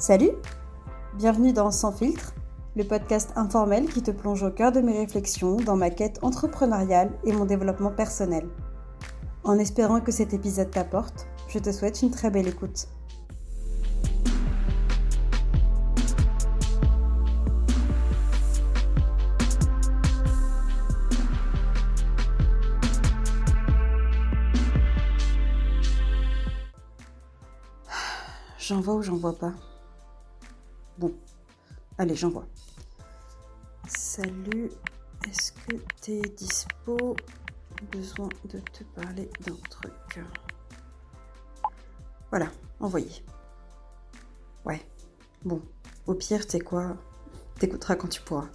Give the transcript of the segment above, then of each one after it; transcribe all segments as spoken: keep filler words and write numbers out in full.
Salut! Bienvenue dans Sans filtre, le podcast informel qui te plonge au cœur de mes réflexions dans ma quête entrepreneuriale et mon développement personnel. En espérant que cet épisode t'apporte, je te souhaite une très belle écoute. J'envoie ou j'envoie pas? Bon, allez, j'envoie. Salut, est-ce que t'es dispo? Besoin de te parler d'un truc. Voilà, envoyé. Ouais, bon, au pire, tu sais quoi? T'écouteras quand tu pourras.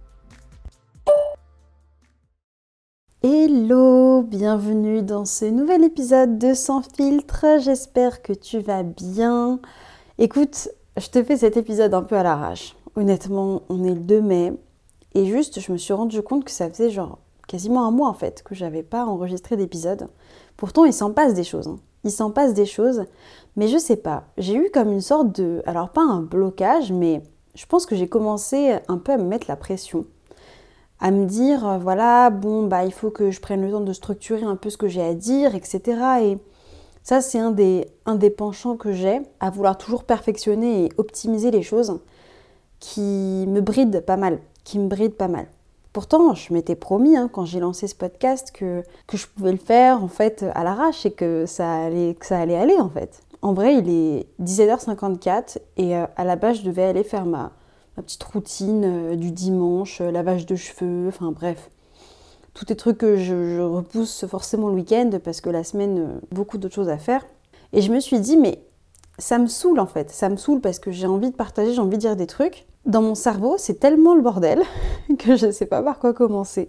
Hello, bienvenue dans ce nouvel épisode de Sans filtre. J'espère que tu vas bien. Écoute, je te fais cet épisode un peu à l'arrache. Honnêtement, on est le deux mai et juste, je me suis rendu compte que ça faisait genre quasiment un mois en fait que j'avais pas enregistré d'épisode. Pourtant, il s'en passe des choses. Hein. Il s'en passe des choses, mais je sais pas. J'ai eu comme une sorte de, alors pas un blocage, mais je pense que j'ai commencé un peu à me mettre la pression. À me dire, euh, voilà, bon, bah, il faut que je prenne le temps de structurer un peu ce que j'ai à dire, et cetera. Et ça, c'est un des, un des penchants que j'ai, à vouloir toujours perfectionner et optimiser les choses, qui me bride pas mal, qui me bride pas mal. Pourtant, je m'étais promis, hein, quand j'ai lancé ce podcast, que, que je pouvais le faire, en fait, à l'arrache, et que ça allait, que ça allait aller, en fait. En vrai, il est dix-sept heures cinquante-quatre, et euh, à la base, je devais aller faire ma... ma petite routine euh, du dimanche, euh, lavage de cheveux, enfin bref. Tous les trucs que je, je repousse forcément le week-end parce que la semaine, euh, beaucoup d'autres choses à faire. Et je me suis dit, mais ça me saoule en fait. Ça me saoule parce que j'ai envie de partager, j'ai envie de dire des trucs. Dans mon cerveau, c'est tellement le bordel que je ne sais pas par quoi commencer.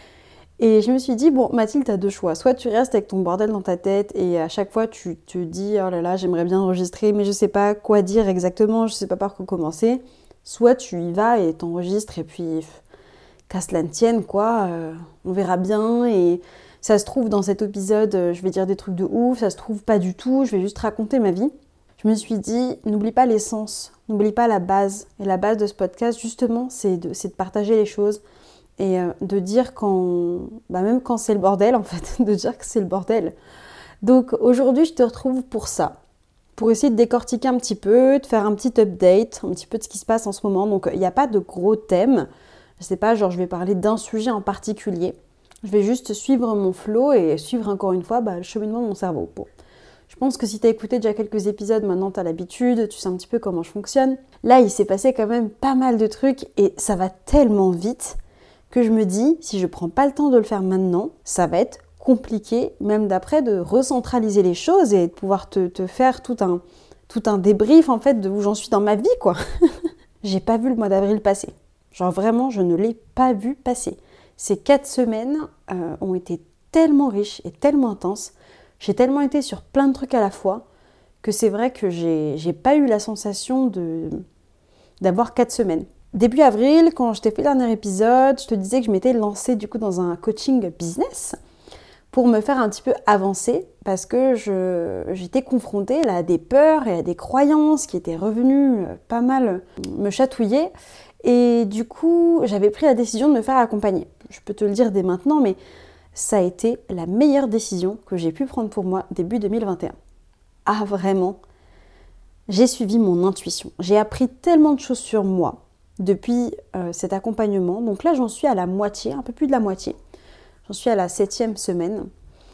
Et je me suis dit, bon, Mathilde, tu as deux choix. Soit tu restes avec ton bordel dans ta tête et à chaque fois, tu te dis, oh là là, j'aimerais bien enregistrer, mais je ne sais pas quoi dire exactement, je ne sais pas par quoi commencer. Soit tu y vas et t'enregistres et puis qu'à cela ne tienne quoi, euh, on verra bien et ça se trouve dans cet épisode euh, je vais dire des trucs de ouf, ça se trouve pas du tout, je vais juste raconter ma vie. Je me suis dit, n'oublie pas l'essence, n'oublie pas la base. Et la base de ce podcast justement c'est de, c'est de partager les choses et euh, de dire quand, bah même quand c'est le bordel en fait, de dire que c'est le bordel. Donc aujourd'hui je te retrouve pour ça. Pour essayer de décortiquer un petit peu, de faire un petit update, un petit peu de ce qui se passe en ce moment. Donc, il n'y a pas de gros thèmes. Je sais pas, genre, je vais parler d'un sujet en particulier. Je vais juste suivre mon flow et suivre encore une fois bah, le cheminement de mon cerveau. Bon. Je pense que si tu as écouté déjà quelques épisodes, maintenant tu as l'habitude, tu sais un petit peu comment je fonctionne. Là, il s'est passé quand même pas mal de trucs et ça va tellement vite que je me dis, si je prends pas le temps de le faire maintenant, ça va être compliqué, même d'après, de recentraliser les choses et de pouvoir te, te faire tout un, tout un débrief en fait de où j'en suis dans ma vie quoi. J'ai pas vu le mois d'avril passer. Genre vraiment, je ne l'ai pas vu passer. Ces quatre semaines euh, ont été tellement riches et tellement intenses. J'ai tellement été sur plein de trucs à la fois que c'est vrai que j'ai, j'ai pas eu la sensation de, d'avoir quatre semaines. Début avril, quand je t'ai fait le dernier épisode, je te disais que je m'étais lancée du coup dans un coaching business pour me faire un petit peu avancer parce que je, j'étais confrontée là, à des peurs et à des croyances qui étaient revenues pas mal me chatouiller. Et du coup, j'avais pris la décision de me faire accompagner. Je peux te le dire dès maintenant, mais ça a été la meilleure décision que j'ai pu prendre pour moi début deux mille vingt et un. Ah vraiment, j'ai suivi mon intuition. J'ai appris tellement de choses sur moi depuis euh, cet accompagnement. Donc là, j'en suis à la moitié, un peu plus de la moitié. J'en suis à la septième semaine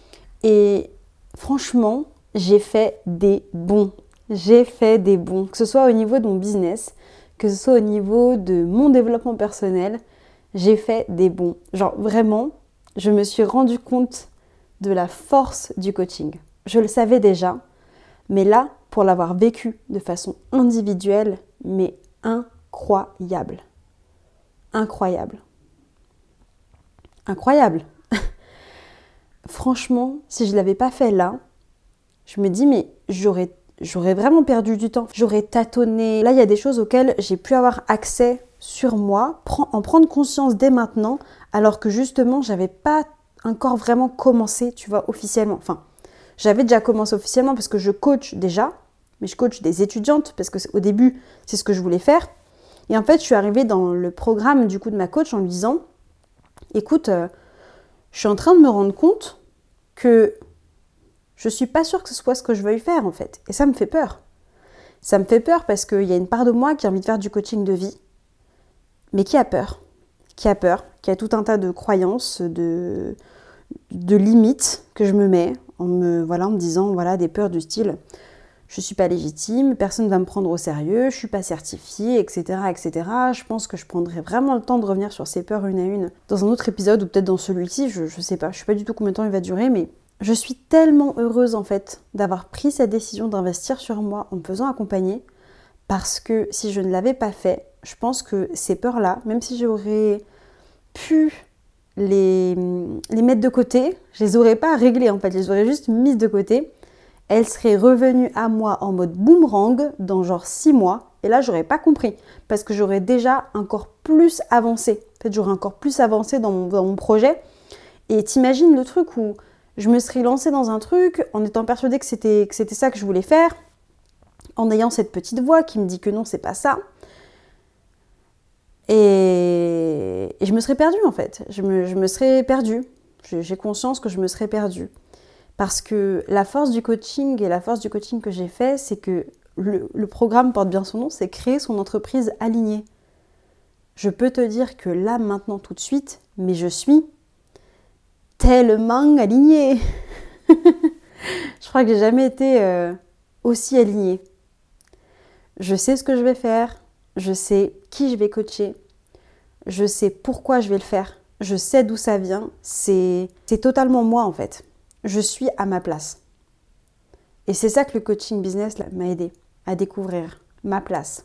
et franchement, j'ai fait des bons. J'ai fait des bons, que ce soit au niveau de mon business, que ce soit au niveau de mon développement personnel, j'ai fait des bons. Genre vraiment, je me suis rendu compte de la force du coaching. Je le savais déjà, mais là, pour l'avoir vécu de façon individuelle, mais incroyable. Incroyable. Incroyable. Franchement, si je ne l'avais pas fait là, je me dis mais j'aurais, j'aurais vraiment perdu du temps. J'aurais tâtonné. Là, il y a des choses auxquelles j'ai pu avoir accès sur moi, en prendre conscience dès maintenant, alors que justement, j'avais pas encore vraiment commencé, tu vois, officiellement. Enfin, j'avais déjà commencé officiellement parce que je coach déjà, mais je coach des étudiantes parce qu'au début, c'est ce que je voulais faire. Et en fait, je suis arrivée dans le programme du coup de ma coach en lui disant « Écoute, euh, je suis en train de me rendre compte que je ne suis pas sûre que ce soit ce que je veuille faire en fait. Et ça me fait peur. Ça me fait peur parce qu'il y a une part de moi qui a envie de faire du coaching de vie, mais qui a peur. Qui a peur, qui a tout un tas de croyances, de, de limites que je me mets en me, voilà, en me disant voilà, des peurs du style « je ne suis pas légitime, personne ne va me prendre au sérieux, je ne suis pas certifiée, et cetera, et cetera » Je pense que je prendrai vraiment le temps de revenir sur ces peurs une à une dans un autre épisode ou peut-être dans celui-ci, je ne sais pas. Je ne sais pas du tout combien de temps il va durer, mais je suis tellement heureuse en fait d'avoir pris cette décision d'investir sur moi en me faisant accompagner parce que si je ne l'avais pas fait, je pense que ces peurs-là, même si j'aurais pu les, les mettre de côté, je les aurais pas réglées en fait, je les aurais juste mises de côté. Elle serait revenue à moi en mode boomerang dans genre six mois. Et là, j'aurais pas compris. Parce que j'aurais déjà encore plus avancé. En fait, j'aurais encore plus avancé dans mon, dans mon projet. Et t'imagines le truc où je me serais lancée dans un truc en étant persuadée que c'était, que c'était ça que je voulais faire. En ayant cette petite voix qui me dit que non, c'est pas ça. Et, et je me serais perdue en fait. Je me, je me serais perdue. J'ai conscience que je me serais perdue. Parce que la force du coaching et la force du coaching que j'ai fait, c'est que le, le programme porte bien son nom, c'est créer son entreprise alignée. Je peux te dire que là, maintenant, tout de suite, mais je suis tellement alignée. Je crois que j'ai jamais été euh, aussi alignée. Je sais ce que je vais faire, je sais qui je vais coacher, je sais pourquoi je vais le faire, je sais d'où ça vient, c'est, c'est totalement moi en fait. Je suis à ma place. Et c'est ça que le coaching business là, m'a aidé à découvrir ma place.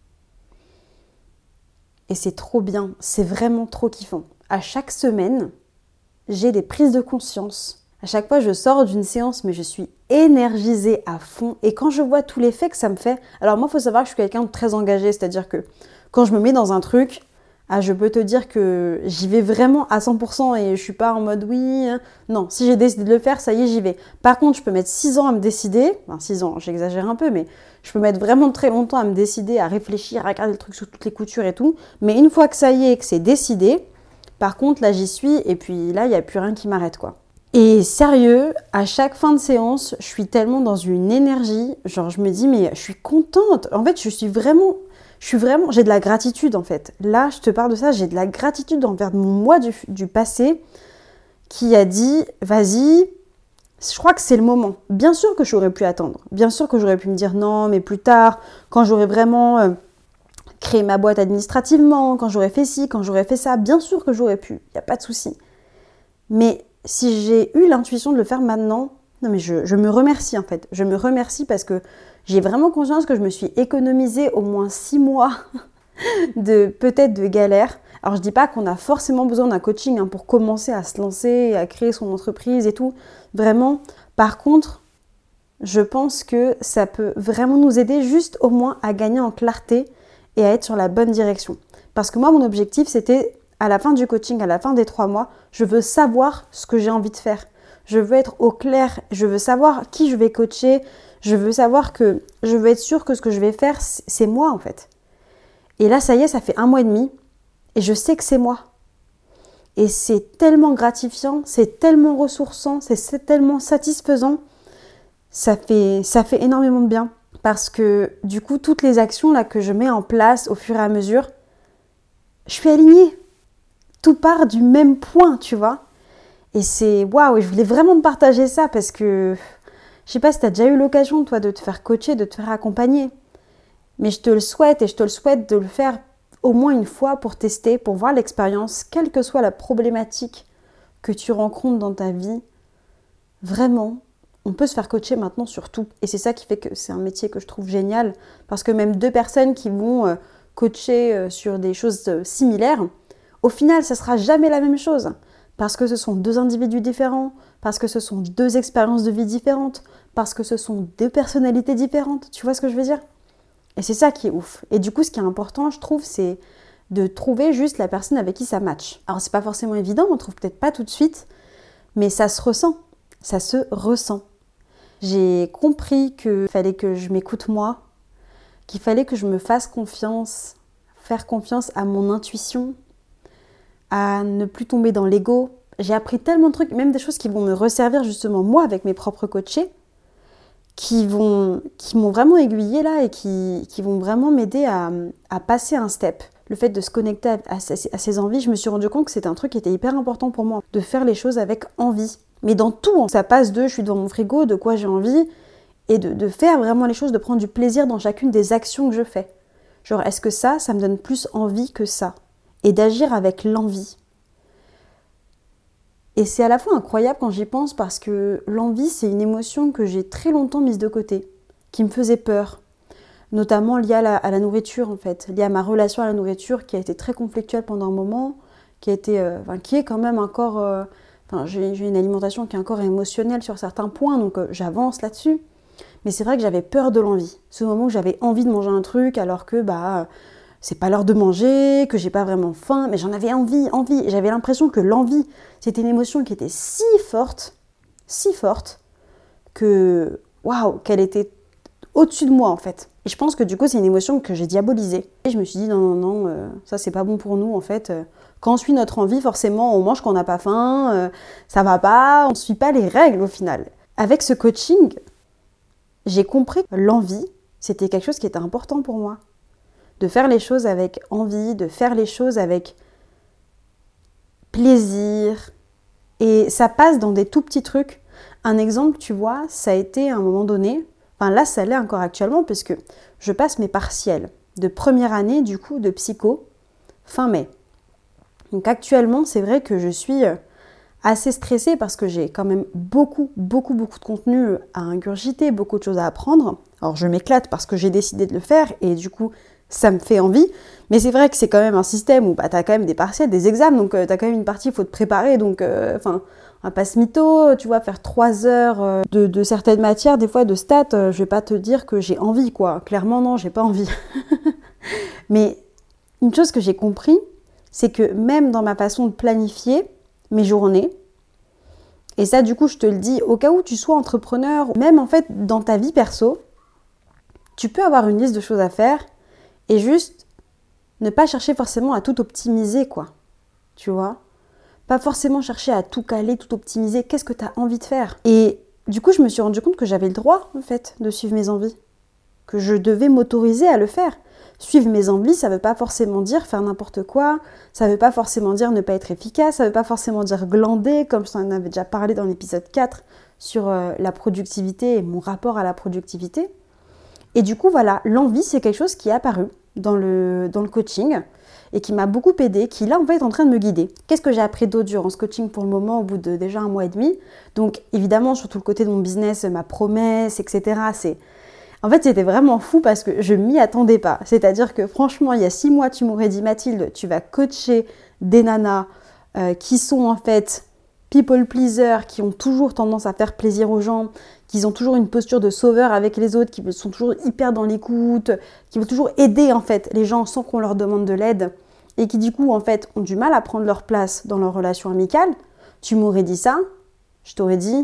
Et c'est trop bien, c'est vraiment trop kiffant. À chaque semaine, j'ai des prises de conscience. À chaque fois, je sors d'une séance, mais je suis énergisée à fond. Et quand je vois tout l'effet que ça me fait... Alors moi, il faut savoir que je suis quelqu'un de très engagé, c'est-à-dire que quand je me mets dans un truc... Ah, je peux te dire que j'y vais vraiment à cent pour cent et je suis pas en mode oui, hein. Non, si j'ai décidé de le faire, ça y est, j'y vais. Par contre, je peux mettre six ans à me décider, enfin six ans, j'exagère un peu, mais je peux mettre vraiment très longtemps à me décider, à réfléchir, à regarder le truc sous toutes les coutures et tout. Mais une fois que ça y est, que c'est décidé, par contre, là, j'y suis et puis là, il n'y a plus rien qui m'arrête, quoi. Et sérieux, à chaque fin de séance, je suis tellement dans une énergie, genre je me dis, mais je suis contente. En fait, je suis vraiment... Je suis vraiment, j'ai de la gratitude en fait. Là, je te parle de ça, j'ai de la gratitude envers mon moi du, du passé qui a dit, vas-y, je crois que c'est le moment. Bien sûr que j'aurais pu attendre. Bien sûr que j'aurais pu me dire non, mais plus tard, quand j'aurais vraiment euh, créé ma boîte administrativement, quand j'aurais fait ci, quand j'aurais fait ça, bien sûr que j'aurais pu. Il n'y a pas de souci. Mais si j'ai eu l'intuition de le faire maintenant, non mais je, je me remercie en fait. Je me remercie parce que j'ai vraiment conscience que je me suis économisé au moins six mois de peut-être de galère. Alors je dis pas qu'on a forcément besoin d'un coaching hein, pour commencer à se lancer, à créer son entreprise et tout. Vraiment. Par contre, je pense que ça peut vraiment nous aider juste au moins à gagner en clarté et à être sur la bonne direction. Parce que moi, mon objectif, c'était à la fin du coaching, à la fin des trois mois, je veux savoir ce que j'ai envie de faire. Je veux être au clair, je veux savoir qui je vais coacher, je veux savoir que, je veux être sûre que ce que je vais faire, c'est moi en fait. Et là, ça y est, ça fait un mois et demi, et je sais que c'est moi. Et c'est tellement gratifiant, c'est tellement ressourçant, c'est, c'est tellement satisfaisant, ça fait, ça fait énormément de bien. Parce que du coup, toutes les actions là, que je mets en place au fur et à mesure, je suis alignée. Tout part du même point, tu vois. Et c'est waouh, et je voulais vraiment te partager ça parce que je sais pas si tu as déjà eu l'occasion, toi, de te faire coacher, de te faire accompagner. Mais je te le souhaite et je te le souhaite de le faire au moins une fois pour tester, pour voir l'expérience, quelle que soit la problématique que tu rencontres dans ta vie. Vraiment, on peut se faire coacher maintenant sur tout. Et c'est ça qui fait que c'est un métier que je trouve génial. Parce que même deux personnes qui vont coacher sur des choses similaires, au final, ça sera jamais la même chose. Parce que ce sont deux individus différents, parce que ce sont deux expériences de vie différentes, parce que ce sont deux personnalités différentes. Tu vois ce que je veux dire ? Et c'est ça qui est ouf. Et du coup, ce qui est important, je trouve, c'est de trouver juste la personne avec qui ça match. Alors, c'est pas forcément évident, on ne trouve peut-être pas tout de suite, mais ça se ressent. Ça se ressent. J'ai compris qu'il fallait que je m'écoute moi, qu'il fallait que je me fasse confiance, faire confiance à mon intuition, à ne plus tomber dans l'ego. J'ai appris tellement de trucs, même des choses qui vont me resservir justement moi avec mes propres coachés, qui, vont, qui m'ont vraiment aiguillée là et qui, qui vont vraiment m'aider à, à passer un step. Le fait de se connecter à, à, à ses envies, je me suis rendu compte que c'était un truc qui était hyper important pour moi, de faire les choses avec envie. Mais dans tout, ça passe de je suis devant mon frigo, de quoi j'ai envie, et de, de faire vraiment les choses, de prendre du plaisir dans chacune des actions que je fais. Genre, est-ce que ça, ça me donne plus envie que ça? Et d'agir avec l'envie. Et c'est à la fois incroyable quand j'y pense parce que l'envie, c'est une émotion que j'ai très longtemps mise de côté, qui me faisait peur. Notamment liée à la, à la nourriture, en fait, liée à ma relation à la nourriture qui a été très conflictuelle pendant un moment, qui, a été, euh, enfin, qui est quand même encore... Euh, enfin, j'ai, j'ai une alimentation qui est encore émotionnelle sur certains points, donc euh, j'avance là-dessus. Mais c'est vrai que j'avais peur de l'envie. Ce moment où j'avais envie de manger un truc alors que bah c'est pas l'heure de manger, que j'ai pas vraiment faim, mais j'en avais envie, envie. Et j'avais l'impression que l'envie, c'était une émotion qui était si forte, si forte, que waouh, qu'elle était au-dessus de moi en fait. Et je pense que du coup c'est une émotion que j'ai diabolisée. Et je me suis dit non, non, non, euh, ça c'est pas bon pour nous en fait. Quand on suit notre envie, forcément on mange quand on n'a pas faim, euh, ça va pas, on ne suit pas les règles au final. Avec ce coaching, j'ai compris que l'envie, c'était quelque chose qui était important pour moi. De faire les choses avec envie, de faire les choses avec plaisir. Et ça passe dans des tout petits trucs. Un exemple, tu vois, ça a été à un moment donné, enfin là ça l'est encore actuellement, parce que je passe mes partiels de première année, du coup, de psycho, fin mai. Donc actuellement, c'est vrai que je suis assez stressée parce que j'ai quand même beaucoup, beaucoup, beaucoup de contenu à ingurgiter, beaucoup de choses à apprendre. Alors je m'éclate parce que j'ai décidé de le faire et du coup ça me fait envie. Mais c'est vrai que c'est quand même un système où bah, tu as quand même des partiels, des examens, donc euh, tu as quand même une partie, il faut te préparer. Donc enfin, euh, on va pas se mytho, tu vois, faire trois heures euh, de, de certaines matières, des fois de stats, euh, je vais pas te dire que j'ai envie, quoi. Clairement non, j'ai pas envie. Mais une chose que j'ai compris, c'est que même dans ma façon de planifier mes journées, et ça du coup je te le dis au cas où tu sois entrepreneur, même en fait dans ta vie perso, tu peux avoir une liste de choses à faire et juste ne pas chercher forcément à tout optimiser, quoi, tu vois, pas forcément chercher à tout caler, tout optimiser, qu'est-ce que tu as envie de faire. Et du coup je me suis rendu compte que j'avais le droit en fait de suivre mes envies, que je devais m'autoriser à le faire. Suivre mes envies, ça ne veut pas forcément dire faire n'importe quoi, ça ne veut pas forcément dire ne pas être efficace, ça ne veut pas forcément dire glander, comme je t'en avais déjà parlé dans l'épisode quatre sur euh, la productivité et mon rapport à la productivité. Et du coup, voilà, l'envie, c'est quelque chose qui est apparu dans le, dans le coaching et qui m'a beaucoup aidée, qui là, en fait, est en train de me guider. Qu'est-ce que j'ai appris d'autre durant ce coaching pour le moment, au bout de déjà un mois et demi? Donc, évidemment, sur tout le côté de mon business, ma promesse, et cetera, c'est... En fait, c'était vraiment fou parce que je m'y attendais pas. C'est-à-dire que franchement, il y a six mois, tu m'aurais dit, Mathilde, tu vas coacher des nanas euh, qui sont en fait people pleasers, qui ont toujours tendance à faire plaisir aux gens, qui ont toujours une posture de sauveur avec les autres, qui sont toujours hyper dans l'écoute, qui veulent toujours aider en fait les gens sans qu'on leur demande de l'aide et qui du coup en fait ont du mal à prendre leur place dans leur relation amicale. Tu m'aurais dit ça, je t'aurais dit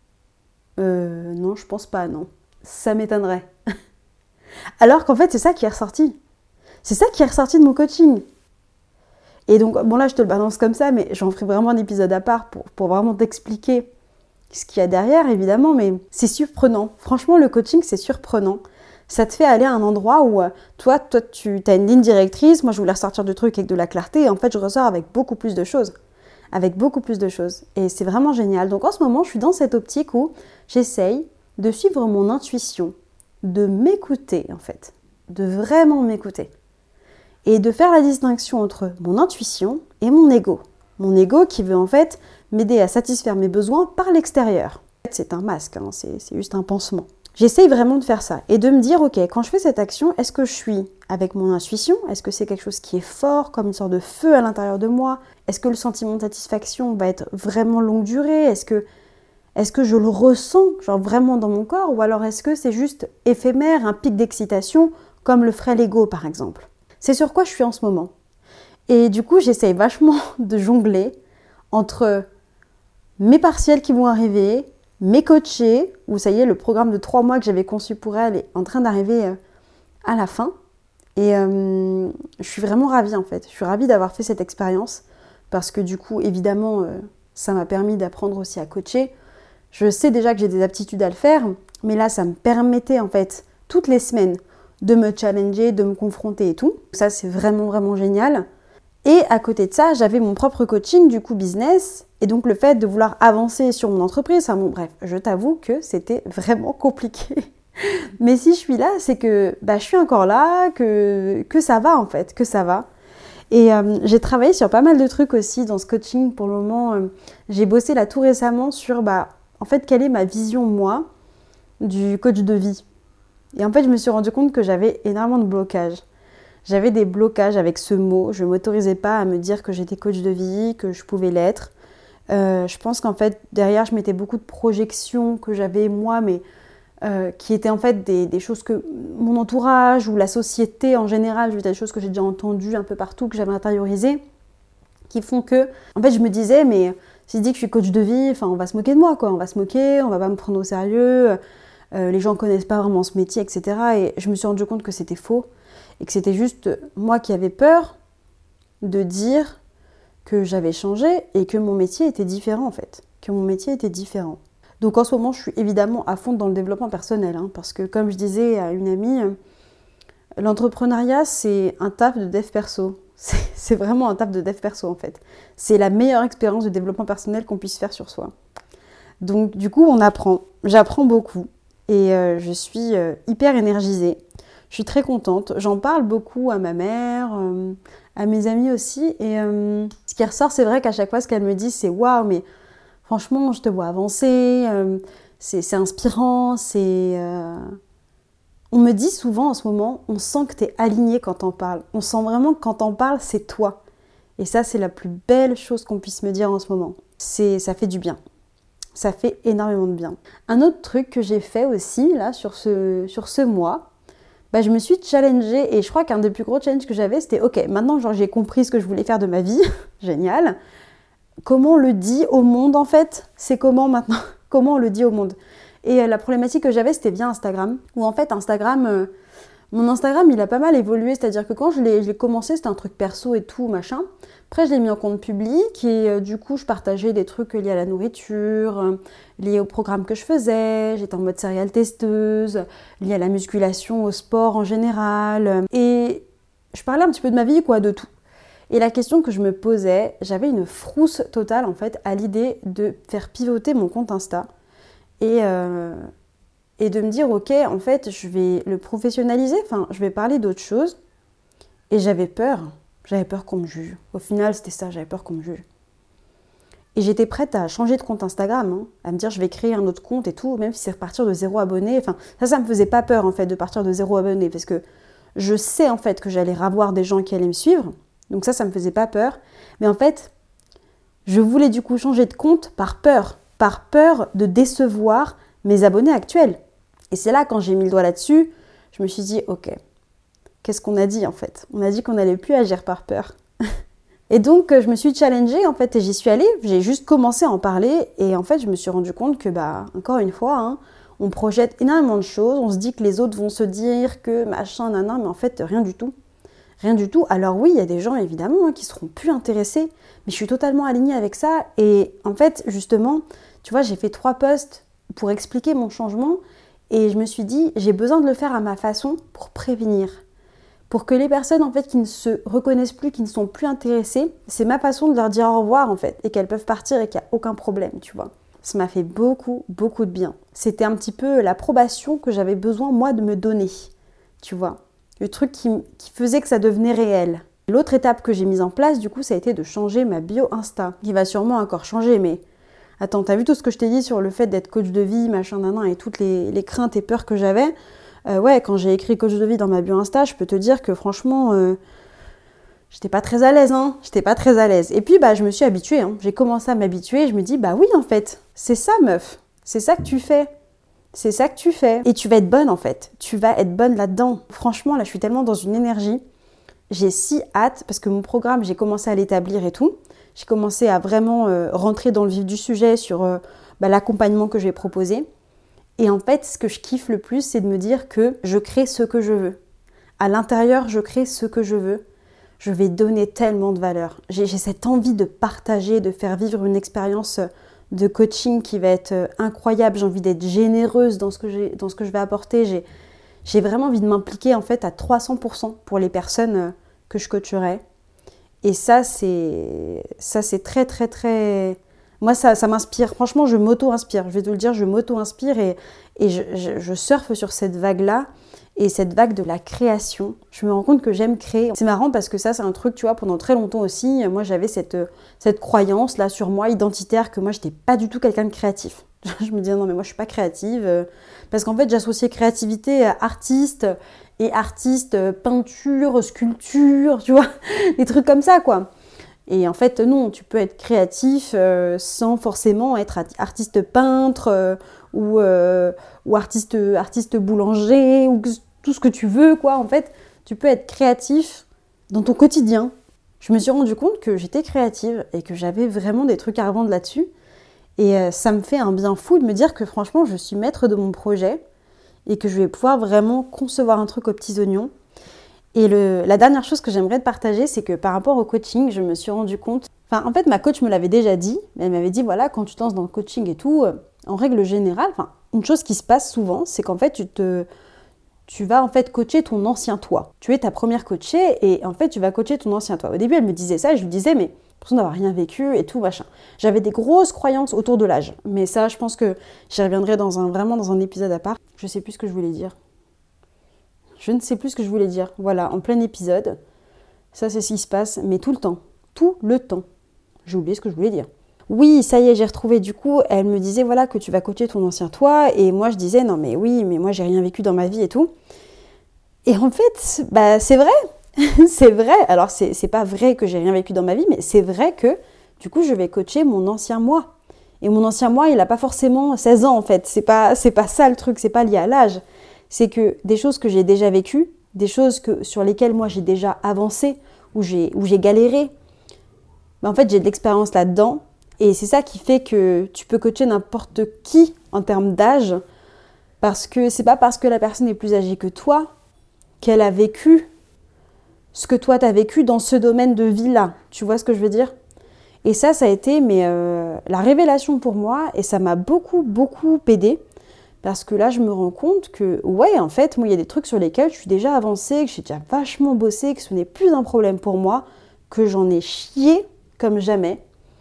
euh, non, je pense pas, non. Ça m'étonnerait. Alors qu'en fait, c'est ça qui est ressorti. C'est ça qui est ressorti de mon coaching. Et donc, bon là, je te le balance comme ça, mais j'en ferai vraiment un épisode à part pour, pour vraiment t'expliquer ce qu'il y a derrière, évidemment, mais c'est surprenant. Franchement, le coaching, c'est surprenant. Ça te fait aller à un endroit où, toi, toi tu as une ligne directrice, moi, je voulais ressortir du truc avec de la clarté, et en fait, je ressors avec beaucoup plus de choses. Avec beaucoup plus de choses. Et c'est vraiment génial. Donc, en ce moment, je suis dans cette optique où j'essaye de suivre mon intuition, de m'écouter en fait, de vraiment m'écouter et de faire la distinction entre mon intuition et mon ego. Mon ego qui veut en fait m'aider à satisfaire mes besoins par l'extérieur. C'est un masque, hein, c'est, c'est juste un pansement. J'essaye vraiment de faire ça et de me dire, ok, quand je fais cette action, est-ce que je suis avec mon intuition? Est-ce que c'est quelque chose qui est fort, comme une sorte de feu à l'intérieur de moi? Est-ce que le sentiment de satisfaction va être vraiment longue durée? Est-ce que Est-ce que je le ressens, genre vraiment dans mon corps, ou alors est-ce que c'est juste éphémère, un pic d'excitation, comme le ferait l'ego par exemple? C'est sur quoi je suis en ce moment. Et du coup, j'essaye vachement de jongler entre mes partiels qui vont arriver, mes coachées, où ça y est, le programme de trois mois que j'avais conçu pour elle est en train d'arriver à la fin. Et euh, je suis vraiment ravie en fait. Je suis ravie d'avoir fait cette expérience parce que du coup, évidemment, euh, ça m'a permis d'apprendre aussi à coacher. Je sais déjà que j'ai des aptitudes à le faire, mais là, ça me permettait en fait, toutes les semaines, de me challenger, de me confronter et tout. Ça, c'est vraiment, vraiment génial. Et à côté de ça, j'avais mon propre coaching, du coup, business. Et donc, le fait de vouloir avancer sur mon entreprise, enfin bon, bref, je t'avoue que c'était vraiment compliqué. Mais si je suis là, c'est que bah, je suis encore là, que, que ça va en fait, que ça va. Et euh, j'ai travaillé sur pas mal de trucs aussi dans ce coaching pour le moment. Euh, j'ai bossé là tout récemment sur, bah, en fait, quelle est ma vision, moi, du coach de vie. Et en fait, je me suis rendu compte que j'avais énormément de blocages. J'avais des blocages avec ce mot. Je ne m'autorisais pas à me dire que j'étais coach de vie, que je pouvais l'être. Euh, je pense qu'en fait, derrière, je mettais beaucoup de projections que j'avais moi, mais euh, qui étaient en fait des, des choses que mon entourage ou la société en général, des choses que j'ai déjà entendues un peu partout, que j'avais intériorisées, qui font que, en fait, je me disais, mais si je dis que je suis coach de vie, enfin, on va se moquer de moi, quoi. On va se moquer, on va pas me prendre au sérieux. Euh, les gens ne connaissent pas vraiment ce métier, et cetera. Et je me suis rendu compte que c'était faux et que c'était juste moi qui avais peur de dire que j'avais changé et que mon métier était différent en fait, que mon métier était différent. Donc en ce moment, je suis évidemment à fond dans le développement personnel hein, parce que comme je disais à une amie, l'entrepreneuriat c'est un taf de dev perso. C'est, c'est vraiment un taf de dev perso en fait. C'est la meilleure expérience de développement personnel qu'on puisse faire sur soi. Donc du coup, on apprend. J'apprends beaucoup. Et euh, je suis euh, hyper énergisée. Je suis très contente. J'en parle beaucoup à ma mère, euh, à mes amis aussi. Et euh, ce qui ressort, c'est vrai qu'à chaque fois, ce qu'elles me disent, c'est « Waouh, mais franchement, je te vois avancer. Euh, c'est, c'est inspirant. C'est, euh... » On me dit souvent en ce moment, on sent que tu es alignée quand t'en parles. On sent vraiment que quand t'en parles, c'est toi. Et ça, c'est la plus belle chose qu'on puisse me dire en ce moment. C'est, ça fait du bien. Ça fait énormément de bien. Un autre truc que j'ai fait aussi, là, sur ce, sur ce mois, bah, je me suis challengée et je crois qu'un des plus gros challenges que j'avais, c'était « Ok, maintenant genre, j'ai compris ce que je voulais faire de ma vie. » Génial. Comment on le dit au monde, en fait ? C'est comment maintenant ? Comment on le dit au monde ? Et euh, la problématique que j'avais, c'était via Instagram. Où en fait, Instagram... Euh, mon Instagram, il a pas mal évolué. C'est-à-dire que quand je l'ai, je l'ai commencé, c'était un truc perso et tout, machin. Après, je l'ai mis en compte public et euh, du coup, je partageais des trucs liés à la nourriture, euh, liés au programme que je faisais. J'étais en mode céréale testeuse, liés à la musculation, au sport en général. Et je parlais un petit peu de ma vie, quoi, de tout. Et la question que je me posais, j'avais une frousse totale, en fait, à l'idée de faire pivoter mon compte Insta. Et, euh, et de me dire, ok, en fait, je vais le professionnaliser, enfin, je vais parler d'autre chose. Et j'avais peur. J'avais peur qu'on me juge. Au final, c'était ça, j'avais peur qu'on me juge. Et j'étais prête à changer de compte Instagram, hein, à me dire je vais créer un autre compte et tout, même si c'est repartir de zéro abonné. Enfin, ça, ça me faisait pas peur en fait de partir de zéro abonné, parce que je sais en fait que j'allais avoir des gens qui allaient me suivre. Donc ça, ça me faisait pas peur. Mais en fait, je voulais du coup changer de compte par peur, par peur de décevoir mes abonnés actuels. Et c'est là, quand j'ai mis le doigt là-dessus, je me suis dit ok. Qu'est-ce qu'on a dit en fait ? On a dit qu'on n'allait plus agir par peur. Et donc je me suis challengée en fait et j'y suis allée. J'ai juste commencé à en parler et en fait je me suis rendu compte que bah encore une fois, hein, on projette énormément de choses. On se dit que les autres vont se dire que machin, nanan, mais en fait rien du tout. Rien du tout. Alors oui, il y a des gens évidemment hein, qui seront plus intéressés, mais je suis totalement alignée avec ça. Et en fait justement, tu vois, j'ai fait trois posts pour expliquer mon changement et je me suis dit j'ai besoin de le faire à ma façon pour prévenir. Pour que les personnes en fait qui ne se reconnaissent plus, qui ne sont plus intéressées, c'est ma façon de leur dire au revoir en fait, et qu'elles peuvent partir et qu'il n'y a aucun problème, tu vois. Ça m'a fait beaucoup, beaucoup de bien. C'était un petit peu l'approbation que j'avais besoin moi de me donner, tu vois. Le truc qui, qui faisait que ça devenait réel. L'autre étape que j'ai mise en place, du coup, ça a été de changer ma bio Insta, qui va sûrement encore changer, mais attends, t'as vu tout ce que je t'ai dit sur le fait d'être coach de vie, machin, nanan, et toutes les, les craintes et peurs que j'avais. Euh, ouais, quand j'ai écrit coach de vie dans ma bio Insta, je peux te dire que franchement, euh, j'étais pas très à l'aise, hein. J'étais pas très à l'aise. Et puis, bah, je me suis habituée, hein. J'ai commencé à m'habituer et je me dis, bah oui, en fait, c'est ça, meuf. C'est ça que tu fais. C'est ça que tu fais. Et tu vas être bonne, en fait. Tu vas être bonne là-dedans. Franchement, là, je suis tellement dans une énergie. J'ai si hâte, parce que mon programme, j'ai commencé à l'établir et tout. J'ai commencé à vraiment euh, rentrer dans le vif du sujet sur... Euh, bah, l'accompagnement que je vais proposer. Et en fait, ce que je kiffe le plus, c'est de me dire que je crée ce que je veux. À l'intérieur, je crée ce que je veux. Je vais donner tellement de valeur. J'ai, j'ai cette envie de partager, de faire vivre une expérience de coaching qui va être incroyable. J'ai envie d'être généreuse dans ce que, j'ai, dans ce que je vais apporter. J'ai, j'ai vraiment envie de m'impliquer en fait à trois cents pour cent pour les personnes que je coacherai. Et ça, c'est, ça, c'est très, très, très... Moi, ça, ça m'inspire. Franchement, je m'auto-inspire. Je vais te le dire, je m'auto-inspire et, et je, je, je surfe sur cette vague-là. Et cette vague de la création, je me rends compte que j'aime créer. C'est marrant parce que ça, c'est un truc, tu vois, pendant très longtemps aussi, moi, j'avais cette, cette croyance là sur moi, identitaire, que moi, j'étais pas du tout quelqu'un de créatif. Je me disais, non, mais moi, je suis pas créative. Parce qu'en fait, j'associais créativité à artiste, et artiste, peinture, sculpture, tu vois, des trucs comme ça, quoi. Et en fait, non, tu peux être créatif euh, sans forcément être artiste peintre euh, ou, euh, ou artiste, artiste boulanger ou tout ce que tu veux, quoi. En fait, tu peux être créatif dans ton quotidien. Je me suis rendu compte que j'étais créative et que j'avais vraiment des trucs à revendre là-dessus. Et euh, ça me fait un bien fou de me dire que franchement, je suis maître de mon projet et que je vais pouvoir vraiment concevoir un truc aux petits oignons. Et le, la dernière chose que j'aimerais te partager, c'est que par rapport au coaching, je me suis rendu compte... Enfin, en fait, ma coach me l'avait déjà dit. Elle m'avait dit, voilà, quand tu te lances dans le coaching et tout, euh, en règle générale, enfin, une chose qui se passe souvent, c'est qu'en fait, tu te... Tu vas en fait coacher ton ancien toi. Tu es ta première coachée et en fait, tu vas coacher ton ancien toi. Au début, elle me disait ça et je lui disais, mais l'impression d'avoir rien vécu et tout, machin. J'avais des grosses croyances autour de l'âge. Mais ça, je pense que j'y reviendrai dans un, vraiment dans un épisode à part. Je sais plus ce que je voulais dire. Je ne sais plus ce que je voulais dire. Voilà, en plein épisode. Ça, c'est ce qui se passe, mais tout le temps. Tout le temps. J'ai oublié ce que je voulais dire. Oui, ça y est, j'ai retrouvé. Du coup, elle me disait, voilà, que tu vas coacher ton ancien toi. Et moi, je disais, non, mais oui, mais moi, j'ai rien vécu dans ma vie et tout. Et en fait, bah, c'est vrai. C'est vrai. Alors, c'est, c'est pas vrai que j'ai rien vécu dans ma vie, mais c'est vrai que, du coup, je vais coacher mon ancien moi. Et mon ancien moi, il n'a pas forcément seize ans, en fait. C'est pas, c'est pas ça le truc, c'est pas lié à l'âge. C'est que des choses que j'ai déjà vécues, des choses que, sur lesquelles moi j'ai déjà avancé, où j'ai, où j'ai galéré, ben en fait j'ai de l'expérience là-dedans. Et c'est ça qui fait que tu peux coacher n'importe qui en termes d'âge, parce que c'est pas parce que la personne est plus âgée que toi qu'elle a vécu ce que toi t'as vécu dans ce domaine de vie-là. Tu vois ce que je veux dire ? Et ça, ça a été mais, euh, la révélation pour moi et ça m'a beaucoup, beaucoup aidée. Parce que là, je me rends compte que, ouais, en fait, moi, il y a des trucs sur lesquels je suis déjà avancée, que j'ai déjà vachement bossé, que ce n'est plus un problème pour moi, que j'en ai chié comme jamais.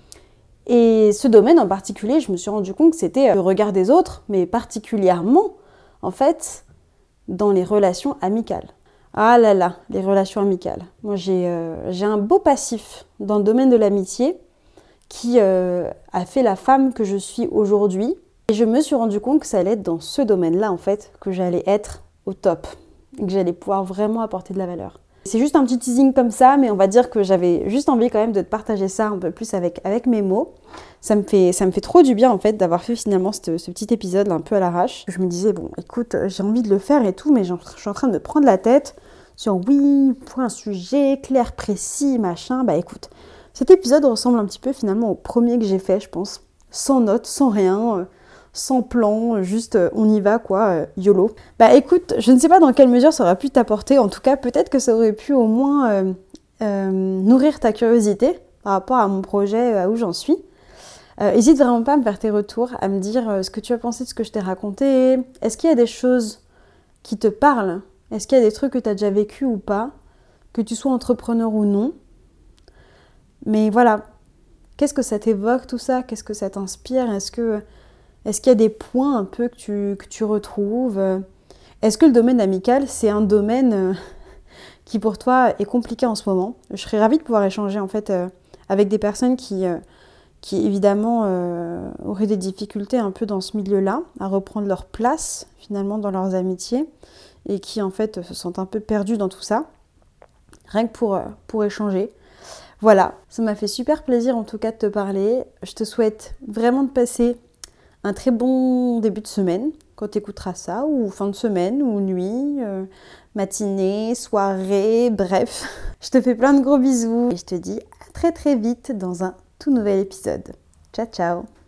Et ce domaine en particulier, je me suis rendu compte que c'était le regard des autres, mais particulièrement, en fait, dans les relations amicales. Ah là là, les relations amicales. Moi, j'ai, euh, j'ai un beau passif dans le domaine de l'amitié qui euh, a fait la femme que je suis aujourd'hui. Et je me suis rendu compte que ça allait être dans ce domaine-là, en fait, que j'allais être au top. Et que j'allais pouvoir vraiment apporter de la valeur. C'est juste un petit teasing comme ça, mais on va dire que j'avais juste envie quand même de te partager ça un peu plus avec, avec mes mots. Ça me fait, ça me fait trop du bien, en fait, d'avoir fait finalement ce, ce petit épisode là, un peu à l'arrache. Je me disais, bon, écoute, j'ai envie de le faire et tout, mais je suis en train de me prendre la tête sur oui, pour un sujet clair, précis, machin. Bah écoute, cet épisode ressemble un petit peu finalement au premier que j'ai fait, je pense. Sans notes, sans rien... Euh, sans plan, juste euh, on y va quoi, euh, YOLO. Bah écoute, je ne sais pas dans quelle mesure ça aurait pu t'apporter, en tout cas peut-être que ça aurait pu au moins euh, euh, nourrir ta curiosité par rapport à mon projet, à où j'en suis. N'hésite euh, vraiment pas à me faire tes retours, à me dire euh, ce que tu as pensé de ce que je t'ai raconté. Est-ce qu'il y a des choses qui te parlent ? Est-ce qu'il y a des trucs que tu as déjà vécu ou pas ? Que tu sois entrepreneur ou non. Mais voilà, qu'est-ce que ça t'évoque tout ça ? Qu'est-ce que ça t'inspire ? Est-ce que... Est-ce qu'il y a des points un peu que tu, que tu retrouves ? Est-ce que le domaine amical, c'est un domaine qui pour toi est compliqué en ce moment ? Je serais ravie de pouvoir échanger en fait avec des personnes qui, qui évidemment euh, auraient des difficultés un peu dans ce milieu-là, à reprendre leur place finalement dans leurs amitiés et qui en fait se sentent un peu perdus dans tout ça, rien que pour, pour échanger. Voilà, ça m'a fait super plaisir en tout cas de te parler. Je te souhaite vraiment de passer un très bon début de semaine quand tu écouteras ça, ou fin de semaine, ou nuit, euh, matinée, soirée, bref. Je te fais plein de gros bisous et je te dis à très très vite dans un tout nouvel épisode. Ciao ciao.